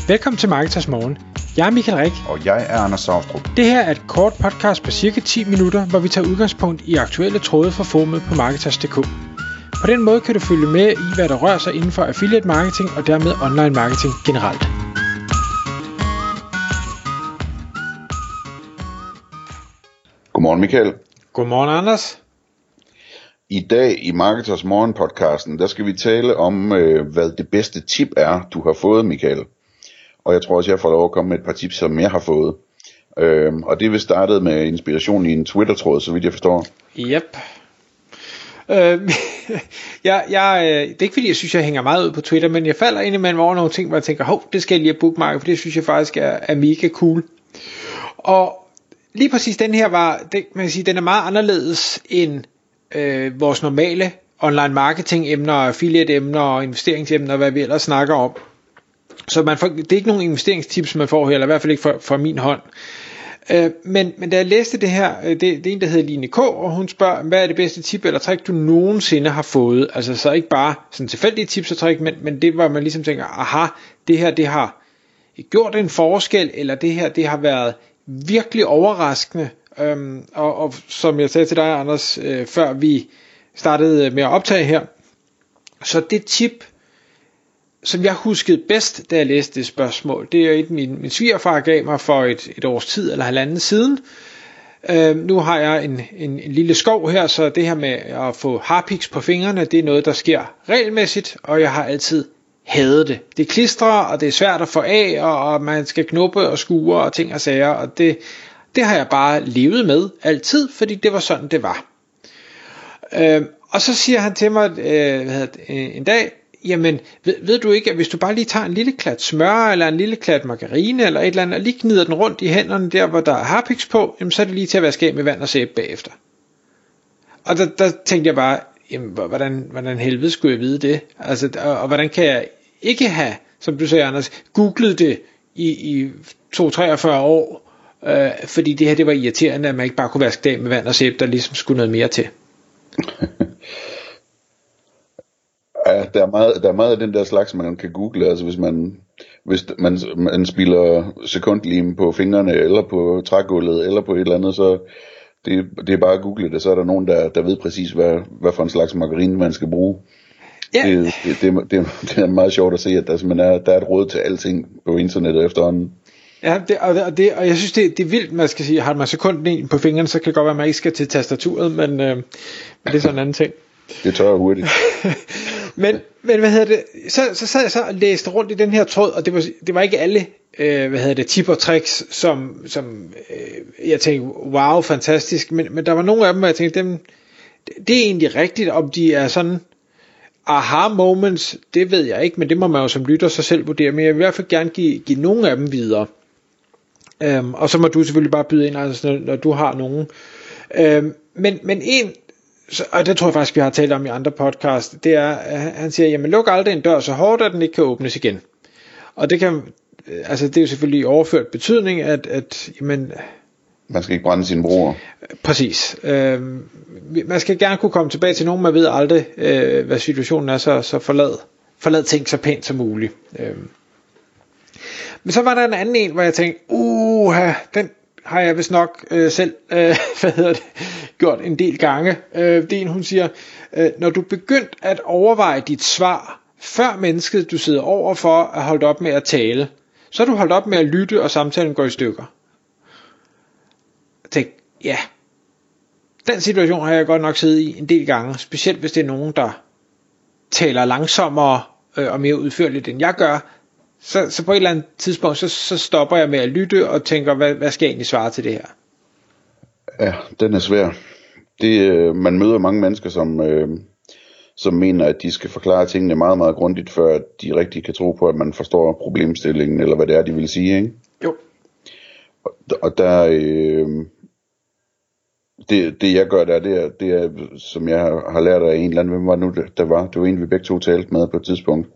Velkommen til Marketers Morgen. Jeg er Michael Rik. Og jeg er Anders Saustrup. Det her er et kort podcast på cirka 10 minutter, hvor vi tager udgangspunkt i aktuelle tråde fra forumet på Marketers.dk. På den måde kan du følge med i, hvad der rører sig inden for affiliate marketing og dermed online marketing generelt. Godmorgen Michael. Godmorgen Anders. I dag i Marketers Morgen podcasten, der skal vi tale om, hvad det bedste tip er, du har fået, Michael. Og jeg tror også, jeg får lov at komme med et par tips, som jeg har fået. Og det vil starte med inspiration i en Twitter-tråd, så vidt jeg forstår. Yep. Det er ikke fordi jeg synes jeg hænger meget ud på Twitter, men jeg falder indimellem over nogle ting, hvor jeg tænker, det skal jeg lige have bookmarket, for det synes jeg faktisk er mega cool. Og lige præcis den her man kan sige, den er meget anderledes end vores normale online marketing emner, affiliate emner og investeringsemner, hvad vi ellers snakker om. Så det er ikke nogen investeringstips man får her, eller i hvert fald ikke fra min hånd. Men da jeg læste det her, det er en der hedder Line K, og hun spørger, hvad er det bedste tip eller trick du nogensinde har fået? Altså så ikke bare sådan tilfældige tips og trick, men det hvor man ligesom tænker, aha, det her det har gjort en forskel, eller det her det har været virkelig overraskende. Og som jeg sagde til dig Anders, før vi startede med at optage her, så det tip som jeg huskede bedst, da jeg læste det spørgsmål, det er et min svigerfar gav mig for et års tid eller halvanden siden. Nu har jeg en lille skov her, så det her med at få harpiks på fingrene, det er noget der sker regelmæssigt, og jeg har altid hadet det. Det klistrer, og det er svært at få af, og man skal knuppe og skure og ting og sager, og det har jeg bare levet med altid, fordi det var sådan det var. Og så siger han til mig en dag, jamen ved du ikke, at hvis du bare lige tager en lille klat smør, eller en lille klat margarine, eller et eller andet, og lige gnider den rundt i hænderne, der hvor der er harpiks på, jamen så er det lige til at vaske af med vand og sæbe bagefter. Og der tænkte jeg bare, jamen hvordan helvede skulle jeg vide det? Altså, og hvordan kan jeg ikke have, som du sagde Anders, googlet det i 2-43 år, fordi det her det var irriterende, at man ikke bare kunne vaske det af med vand og sæbe, der ligesom skulle noget mere til. Ja, der er meget af den der slags, man kan google. Altså hvis man spiller sekundlim på fingrene, eller på trægulvet, eller på et eller andet, så det er bare at google det. Så er der nogen, der ved præcis, hvad for en slags margarine man skal bruge. Yeah. Det er meget sjovt at se, at der er et råd til alting på internettet efterhånden. Ja, og jeg synes, det er vildt, man skal sige, har man sekundlim på fingrene, så kan det godt være, at man ikke skal til tastaturet, men det er sådan en anden ting. Det tør jeg hurtigt. men hvad hedder det? Så sad jeg så og læste rundt i den her tråd, og det var ikke alle tip og tricks, som jeg tænkte, wow, fantastisk. Men der var nogle af dem, hvor jeg tænkte, det er egentlig rigtigt, om de er sådan aha moments, det ved jeg ikke, men det må man jo som lytter sig selv vurdere. Men jeg vil i hvert fald gerne give nogle af dem videre. Og så må du selvfølgelig bare byde ind, altså, når du har nogen. Men en, og det tror jeg faktisk vi har talt om i andre podcast, det er han siger, jamen luk aldrig en dør så hårdt at den ikke kan åbnes igen. Og det kan, altså det er jo selvfølgelig overført betydning at jamen, man skal ikke brænde sine broer. Præcis. Man skal gerne kunne komme tilbage til nogen, man ved aldrig hvad situationen er, så forlad ting så pænt som muligt. Men så var der en anden en, hvor jeg tænkte, den har jeg vist nok selv gjort en del gange. Det er en, hun siger, når du begyndt at overveje dit svar, før mennesket du sidder over for at holde op med at tale, så er du holdt op med at lytte, og samtalen går i stykker. Jeg tænkte, ja, den situation har jeg godt nok siddet i en del gange, specielt hvis det er nogen, der taler langsommere og mere udførligt end jeg gør. Så på et eller andet tidspunkt, så stopper jeg med at lytte og tænker, hvad skal jeg egentlig svare til det her? Ja, den er svær. Man møder mange mennesker, som mener, at de skal forklare tingene meget, meget grundigt, før de rigtig kan tro på, at man forstår problemstillingen, eller hvad det er, de vil sige, ikke? Jo. Og der, det jeg gør det er, som jeg har lært af en eller anden, hvem var nu der var? Det var en, vi begge to talte med på et tidspunkt.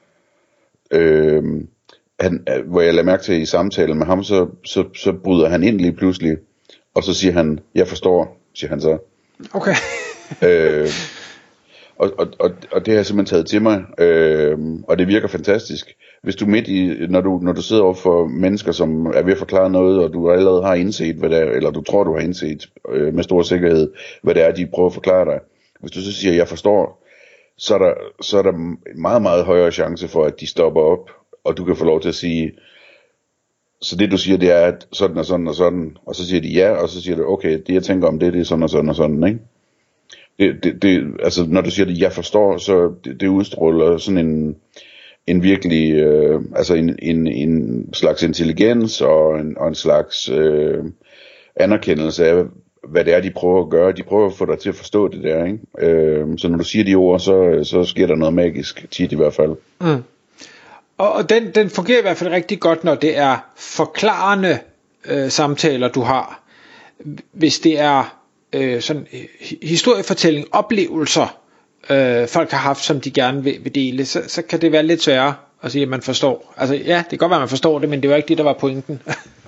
Hvor jeg lader mærke til i samtalen med ham, så bryder han ind lige pludselig, og så siger han, jeg forstår, siger han så. Okay. Og det har jeg simpelthen taget til mig, og det virker fantastisk. Hvis du midt i, når du sidder over for mennesker, som er ved at forklare noget, og du allerede har indset, hvad det er, eller du tror, du har indset med stor sikkerhed, hvad det er, de prøver at forklare dig. Hvis du så siger, jeg forstår, så er der meget, meget højere chance for, at de stopper op, og du kan få lov til at sige, så det du siger, det er at sådan og sådan og sådan, og så siger de ja, og så siger du, okay, det jeg tænker om det er sådan og sådan og sådan, ikke? Altså når du siger det, jeg forstår, så det udstråler sådan en virkelig, altså en slags intelligens og en slags anerkendelse af, hvad det er, de prøver at gøre. De prøver at få dig til at forstå det der, ikke? Så når du siger de ord, så sker der noget magisk, tit i hvert fald. Mm. Og den fungerer i hvert fald rigtig godt, når det er forklarende samtaler, du har. Hvis det er sådan historiefortælling, oplevelser, folk har haft, som de gerne vil dele, så kan det være lidt sværere at sige, at man forstår. Altså ja, det kan godt være, at man forstår det, men det var ikke det, der var pointen.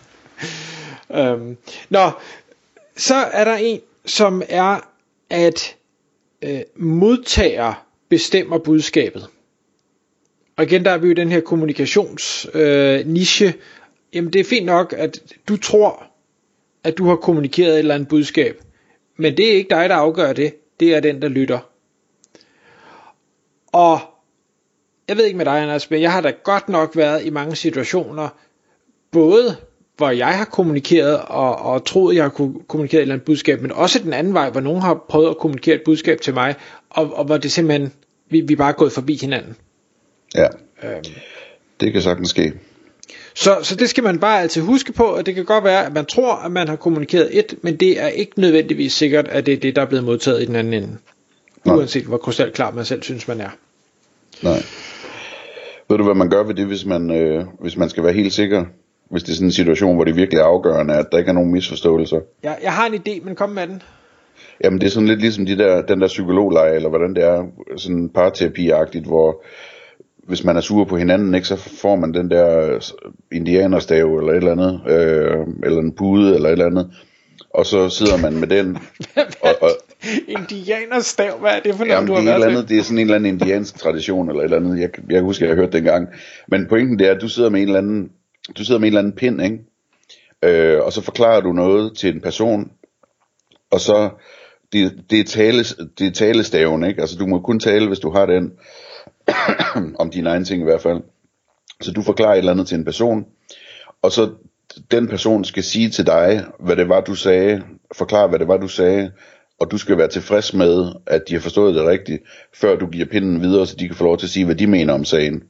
Nå, så er der en, som er, at modtager bestemmer budskabet. Og igen, der er vi jo i den her kommunikationsniche. Jamen det er fint nok, at du tror, at du har kommunikeret et eller andet budskab. Men det er ikke dig, der afgør det. Det er den, der lytter. Og jeg ved ikke med dig, Anders, men jeg har da godt nok været i mange situationer, både hvor jeg har kommunikeret og troet, jeg har kommunikeret et eller andet budskab, men også den anden vej, hvor nogen har prøvet at kommunikere et budskab til mig, og hvor det simpelthen, vi bare er gået forbi hinanden. Ja, det kan sagtens ske. Så det skal man bare altid huske på, at det kan godt være, at man tror, at man har kommunikeret et, men det er ikke nødvendigvis sikkert, at det er det, der er blevet modtaget i den anden ende. Nej. Uanset hvor krystalklar man selv synes, man er. Nej. Ved du, hvad man gør ved det, hvis man skal være helt sikker? Hvis det er sådan en situation, hvor det virkelig er afgørende, at der ikke er nogen misforståelser. Ja, jeg har en idé, men kom med den. Jamen det er sådan lidt ligesom den der psykologleje, eller hvordan det er, sådan parterapi-agtigt, hvor hvis man er sur på hinanden, ikke, så får man den der indianerstav, eller et eller andet, eller en pude, eller et eller andet, og så sidder man med den. Indianerstav, hvad er det for noget, jamen, du har været til? Det er sådan en eller anden indiansk tradition, eller et eller andet, jeg kan huske, jeg har hørt det engang. Men pointen det er, at du sidder med en eller anden pind, ikke? Og så forklarer du noget til en person, og så det er talestaven, ikke? Altså du må kun tale, hvis du har den om dine egne ting i hvert fald. Så du forklarer et eller andet til en person, og så den person skal sige til dig, hvad det var du sagde, forklare hvad det var du sagde, og du skal være tilfreds med, at de har forstået det rigtigt, før du giver pinden videre, så de kan få lov til at sige, hvad de mener om sagen.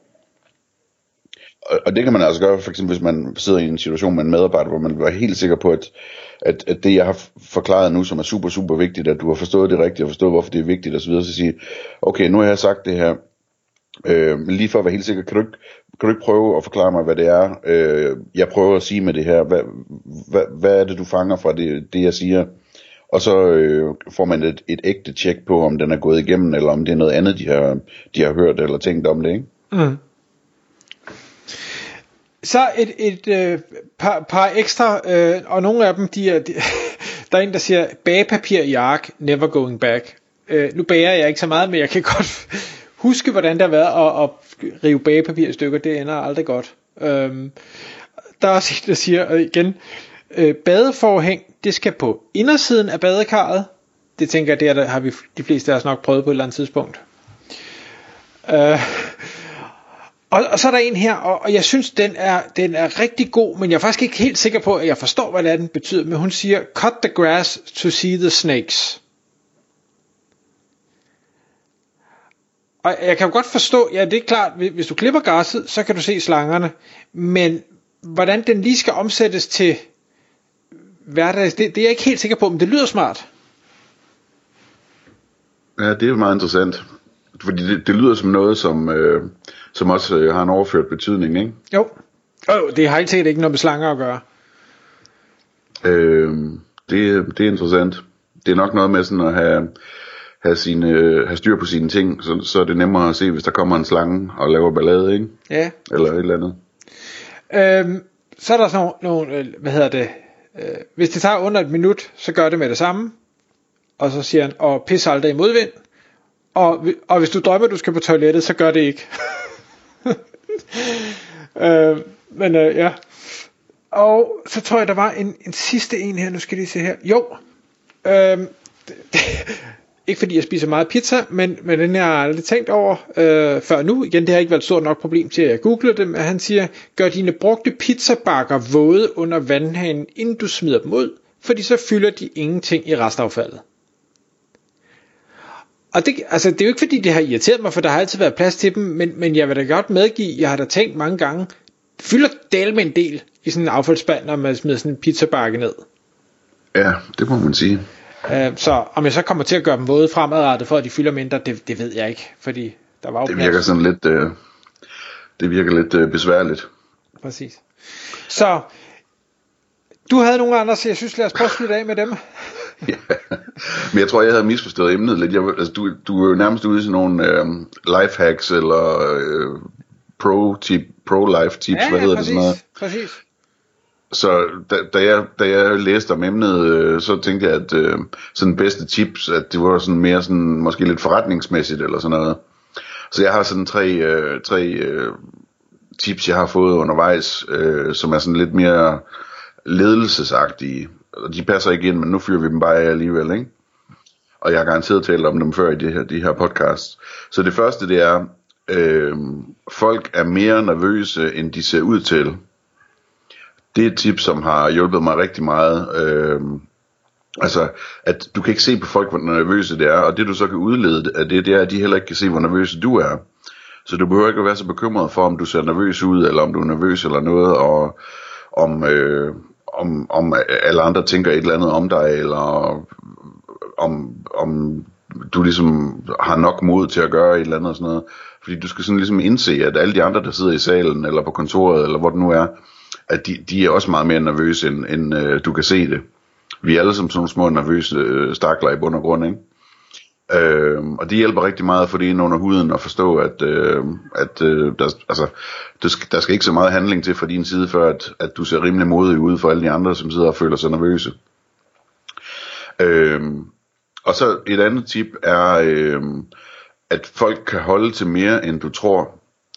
Og det kan man altså gøre, for eksempel hvis man sidder i en situation med en medarbejder, hvor man er helt sikker på, at det jeg har forklaret nu, som er super, super vigtigt, at du har forstået det rigtigt, og forstået hvorfor det er vigtigt osv., så sige, okay, nu har jeg sagt det her, men lige for at være helt sikker, kan du ikke prøve at forklare mig, hvad det er, jeg prøver at sige med det her, hvad er det, du fanger fra det jeg siger, og så får man et ægte tjek på, om den er gået igennem, eller om det er noget andet, de har hørt eller tænkt om det, ikke? Mm. Så et par ekstra, og nogle af dem, der er en, der siger, bagepapir i ark, never going back. Nu bager jeg ikke så meget, men jeg kan godt huske, hvordan det har været at rive bagepapir i stykker, det ender aldrig godt. Der er også en, der siger igen, badeforhæng, det skal på indersiden af badekarret. Det tænker jeg, det har vi de fleste af os nok prøvet på et eller andet tidspunkt. Og så er der en her, og jeg synes, den er rigtig god, men jeg er faktisk ikke helt sikker på, at jeg forstår, hvad det er, den betyder. Men hun siger, cut the grass to see the snakes. Og jeg kan jo godt forstå, ja, det er klart, hvis du klipper græsset, så kan du se slangerne. Men hvordan den lige skal omsættes til hverdags, det er jeg ikke helt sikker på, men det lyder smart. Ja, det er meget interessant. Fordi det lyder som noget, som også har en overført betydning, ikke? Jo, det har helt sikkert ikke noget med slanger at gøre. Det er interessant. Det er nok noget med sådan at have styr på sine ting, så er det nemmere at se, hvis der kommer en slange og laver ballade, ikke? Ja. Eller et eller andet. Så er der sådan nogle, hvis det tager under et minut, så gør det med det samme. Og så siger han, og pis aldrig i modvind. Og hvis du drømmer, du skal på toilettet, så gør det ikke. Ja. Og så tror jeg, der var en sidste en her. Nu skal jeg lige se her. Jo. Ikke fordi jeg spiser meget pizza, men den har jeg aldrig tænkt over før nu. Igen, det har ikke været et stort nok problem til at google dem. Han siger, gør dine brugte pizzabakker våde under vandhanen, inden du smider dem ud, fordi så fylder de ingenting i restaffaldet. Og det er jo ikke fordi det har irriteret mig, for der har altid været plads til dem, men jeg vil da godt medgive, jeg har da tænkt mange gange, fylder del med en del i sådan en affaldsspand, når man smider sådan en pizzabakke ned. Ja, det må man sige. Så om jeg så kommer til at gøre dem våde fremadrettet, for at de fylder mindre, det ved jeg ikke, fordi der var jo det virker sådan lidt, det virker lidt besværligt. Præcis. Så du havde nogle andre, så jeg synes, lad os prøve at slutte af med dem. Ja, men jeg tror, jeg havde misforstået emnet lidt. Du er jo nærmest ude i sådan nogle lifehacks eller pro-life tips, ja, hvad hedder præcis, det sådan noget? Præcis. Så da jeg læste om emnet, så tænkte jeg, at sådan bedste tips, at det var sådan mere sådan, måske lidt forretningsmæssigt eller sådan noget. Så jeg har sådan tre tips, jeg har fået undervejs, som er sådan lidt mere ledelsesagtige. Og de passer ikke ind, men nu fyrer vi dem bare af alligevel, ikke? Og jeg har garanteret talt om dem før i de her podcasts. Så det første, det er, folk er mere nervøse, end de ser ud til. Det er et tip, som har hjulpet mig rigtig meget. Altså, at du kan ikke se på folk, hvor nervøse det er, og det du så kan udlede af det er, at de heller ikke kan se, hvor nervøse du er. Så du behøver ikke at være så bekymret for, om du ser nervøs ud, eller om du er nervøs eller noget, og om alle andre tænker et eller andet om dig, eller om du ligesom har nok mod til at gøre et eller andet og sådan noget. Fordi du skal sådan ligesom indse, at alle de andre, der sidder i salen, eller på kontoret, eller hvor det nu er, at de er også meget mere nervøse, end du kan se det. Vi er alle som sådan nogle små nervøse stakler i bund og grund, ikke? Og det hjælper rigtig meget at få det ind under huden og forstå, at der skal ikke så meget handling til fra din side, før at du ser rimelig modig ud for alle de andre, som sidder og føler sig nervøse. Og så et andet tip er, at folk kan holde til mere, end du tror.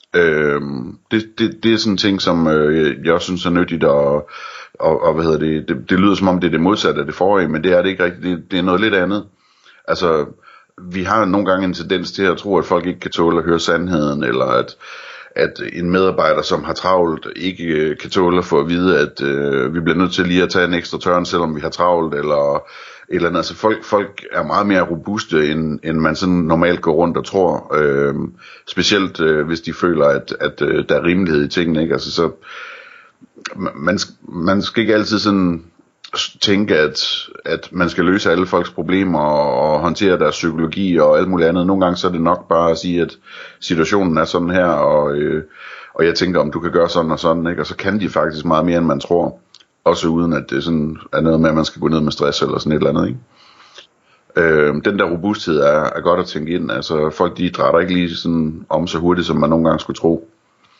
Det er sådan en ting, som jeg også synes er nyttigt, og hvad hedder det lyder som om det er det modsatte af det forrige, men det er det ikke rigtigt. Det er noget lidt andet. Altså, vi har nogle gange en tendens til at tro, at folk ikke kan tåle at høre sandheden, eller at en medarbejder, som har travlt, ikke kan tåle at få at vide, at vi bliver nødt til lige at tage en ekstra tørn, selvom vi har travlt, eller et eller andet. Altså folk er meget mere robuste, end man sådan normalt går rundt og tror. Specielt hvis de føler, at der er rimelighed i tingene, ikke? Altså, så man skal ikke altid sådan tænke, at man skal løse alle folks problemer og håndtere deres psykologi og alt muligt andet. Nogle gange så er det nok bare at sige, at situationen er sådan her, og jeg tænker, om du kan gøre sådan og sådan, ikke? Og så kan de faktisk meget mere, end man tror. Også uden at det sådan er noget med, at man skal gå ned med stress eller sådan et eller andet, ikke? Den der robusthed er godt at tænke ind. Altså folk, de drætter ikke lige sådan om så hurtigt, som man nogle gange skulle tro.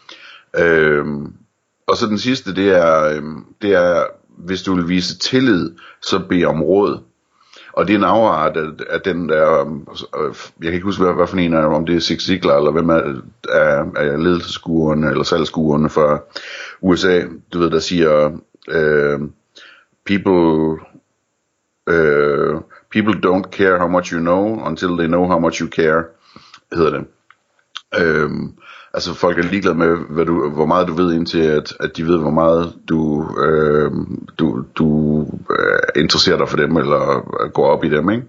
Og så den sidste, det er hvis du vil vise tillid, så bed om råd. Og det er en afart af den der, jeg kan ikke huske, hvad for en er, om det er Zig Ziglar, eller hvem er ledelsesgurerne, eller salgsgurerne fra USA, du ved, der siger, people don't care how much you know, until they know how much you care, hedder det. Altså folk er ligeglade med, hvor meget du ved, indtil at de ved, hvor meget du interesserer dig for dem, eller går op i dem, ikke?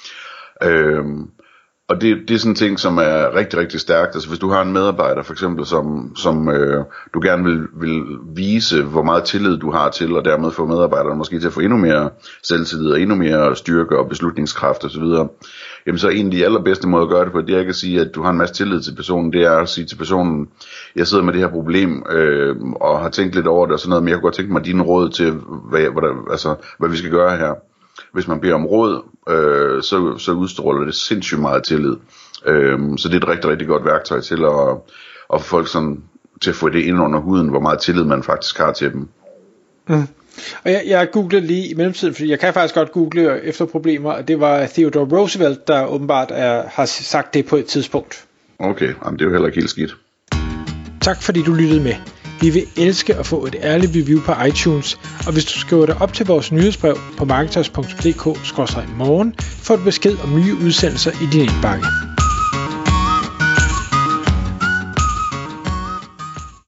Og det er sådan en ting, som er rigtig, rigtig stærkt. Altså hvis du har en medarbejder for eksempel, som du gerne vil vise, hvor meget tillid du har til, og dermed få medarbejderne måske til at få endnu mere selvtillid, og endnu mere styrke og beslutningskraft osv., jamen så en af de allerbedste måder at gøre det på, det er ikke at sige, at du har en masse tillid til personen. Det er at sige til personen, jeg sidder med det her problem, og har tænkt lidt over det og sådan noget, men jeg kunne godt tænke mig dine råd til, hvad vi skal gøre her. Hvis man beder om råd, så udstråler det sindssygt meget tillid. Så det er et rigtig, rigtig godt værktøj til at få folk sådan, til at få det ind under huden, hvor meget tillid man faktisk har til dem. Og jeg googlede lige i mellemtiden, fordi jeg kan faktisk godt google efter problemer, og det var Theodore Roosevelt, der åbenbart har sagt det på et tidspunkt. Okay, jamen det er jo heller ikke helt skidt. Tak fordi du lyttede med. Vi vil elske at få et ærligt review på iTunes, og hvis du skriver dig op til vores nyhedsbrev på marketers.dk/morgen, får du besked om nye udsendelser i din indbakke.